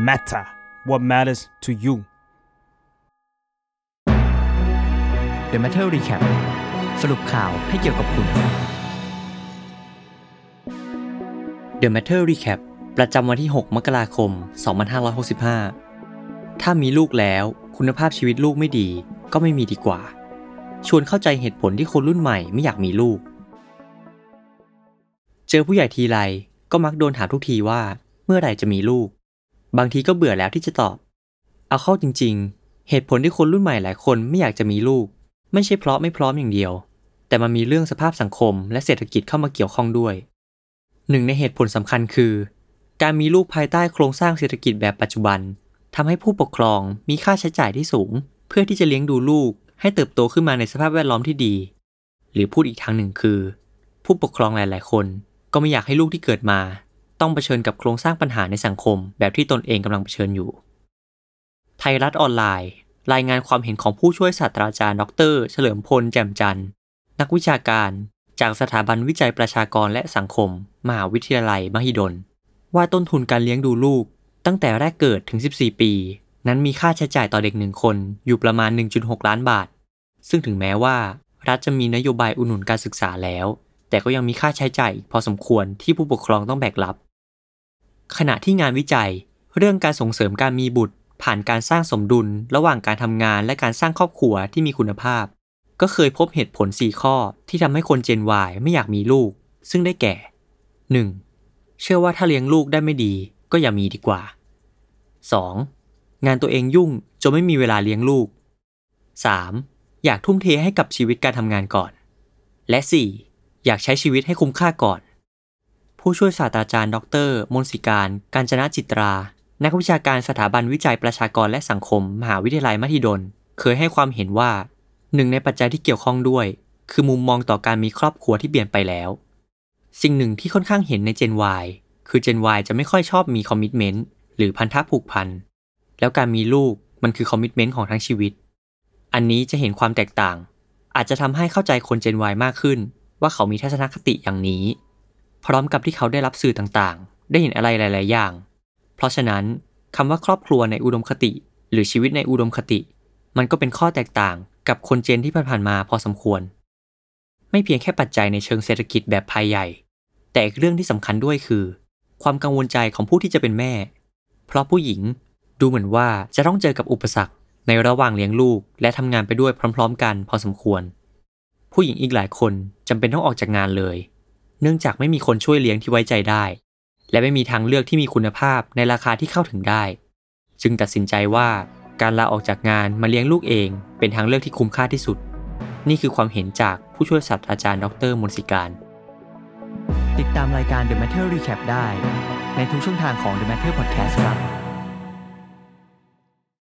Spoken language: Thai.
matter what matters to you The Matter Recap สรุปข่าวให้เกี่ยวกับคุณ The Matter Recap ประจำวันที่6มกราคม2565ถ้ามีลูกแล้วคุณภาพชีวิตลูกไม่ดีก็ไม่มีดีกว่าชวนเข้าใจเหตุผลที่คนรุ่นใหม่ไม่อยากมีลูกเจอผู้ใหญ่ทีไรก็มักโดนถามทุกทีว่าเมื่อไหร่จะมีลูกบางทีก็เบื่อแล้วที่จะตอบเอาเข้าจริงๆเหตุผลที่คนรุ่นใหม่หลายคนไม่อยากจะมีลูกไม่ใช่เพราะไม่พร้อมอย่างเดียวแต่มันมีเรื่องสภาพสังคมและเศรษฐกิจเข้ามาเกี่ยวข้องด้วยหนึ่งในเหตุผลสำคัญคือการมีลูกภายใต้โครงสร้างเศรษฐกิจแบบปัจจุบันทำให้ผู้ปกครองมีค่าใช้จ่ายที่สูงเพื่อที่จะเลี้ยงดูลูกให้เติบโตขึ้นมาในสภาพแวดล้อมที่ดีหรือพูดอีกทางหนึ่งคือผู้ปกครองหลายๆคนก็ไม่อยากให้ลูกที่เกิดมาต้องเผชิญกับโครงสร้างปัญหาในสังคมแบบที่ตนเองกำลังเผชิญอยู่ไทยรัฐออนไลน์รายงานความเห็นของผู้ช่วยศาสตราจารย์ดร.เฉลิมพลแจ่มจันทร์นักวิชาการจากสถาบันวิจัยประชากรและสังคมมหาวิทยาลัยมหิดลว่าต้นทุนการเลี้ยงดูลูกตั้งแต่แรกเกิดถึง14ปีนั้นมีค่าใช้จ่ายต่อเด็ก1คนอยู่ประมาณ 1.6 ล้านบาทซึ่งถึงแม้ว่ารัฐจะมีนโยบายอุดหนุนการศึกษาแล้วแต่ก็ยังมีค่าใช้จ่ายอีกพอสมควรที่ผู้ปกครองต้องแบกรับขณะที่งานวิจัยเรื่องการส่งเสริมการมีบุตรผ่านการสร้างสมดุลระหว่างการทำงานและการสร้างครอบครัวที่มีคุณภาพก็เคยพบเหตุผล4ข้อที่ทำให้คน Gen Y ไม่อยากมีลูกซึ่งได้แก่ 1. เชื่อว่าถ้าเลี้ยงลูกได้ไม่ดีก็อย่ามีดีกว่า 2. งานตัวเองยุ่งจนไม่มีเวลาเลี้ยงลูก 3. อยากทุ่มเทให้กับชีวิตการทำงานก่อนและ 4. อยากใช้ชีวิตให้คุ้มค่าก่อนผู้ช่วยศาสตราจารย์ดร.มนสิการ กาญจนจิตรานักวิชาการสถาบันวิจัยประชากรและสังคมมหาวิทยาลัยมหิดลเคยให้ความเห็นว่าหนึ่งในปัจจัยที่เกี่ยวข้องด้วยคือมุมมองต่อการมีครอบครัวที่เปลี่ยนไปแล้วสิ่งหนึ่งที่ค่อนข้างเห็นใน Gen Y คือ Gen Y จะไม่ค่อยชอบมีคอมมิตเมนต์หรือพันธะผูกพันแล้วการมีลูกมันคือคอมมิตเมนต์ของทั้งชีวิตอันนี้จะเห็นความแตกต่างอาจจะทำให้เข้าใจคน Gen Y มากขึ้นว่าเขามีทัศนคติอย่างนี้พร้อมกับที่เขาได้รับสื่อต่างๆได้เห็นอะไรหลายๆอย่างเพราะฉะนั้นคำว่าครอบครัวในอุดมคติหรือชีวิตในอุดมคติมันก็เป็นข้อแตกต่างกับคนเจนที่ผ่านมาพอสมควรไม่เพียงแค่ปัจจัยในเชิงเศรษฐกิจแบบภายใหญ่แต่อีกเรื่องที่สำคัญด้วยคือความกังวลใจของผู้ที่จะเป็นแม่เพราะผู้หญิงดูเหมือนว่าจะต้องเจอกับอุปสรรคในระหว่างเลี้ยงลูกและทำงานไปด้วยพร้อมๆกันพอสมควรผู้หญิงอีกหลายคนจำเป็นต้องออกจากงานเลยเนื่องจากไม่มีคนช่วยเลี้ยงที่ไว้ใจได้และไม่มีทางเลือกที่มีคุณภาพในราคาที่เข้าถึงได้จึงตัดสินใจว่าการลาออกจากงานมาเลี้ยงลูกเองเป็นทางเลือกที่คุ้มค่าที่สุดนี่คือความเห็นจากผู้ช่วยศาสตราจารย์ดร.มนสิการติดตามรายการ The Matter Recap ได้ในทุกช่องทางของ The Matter Podcast ครับ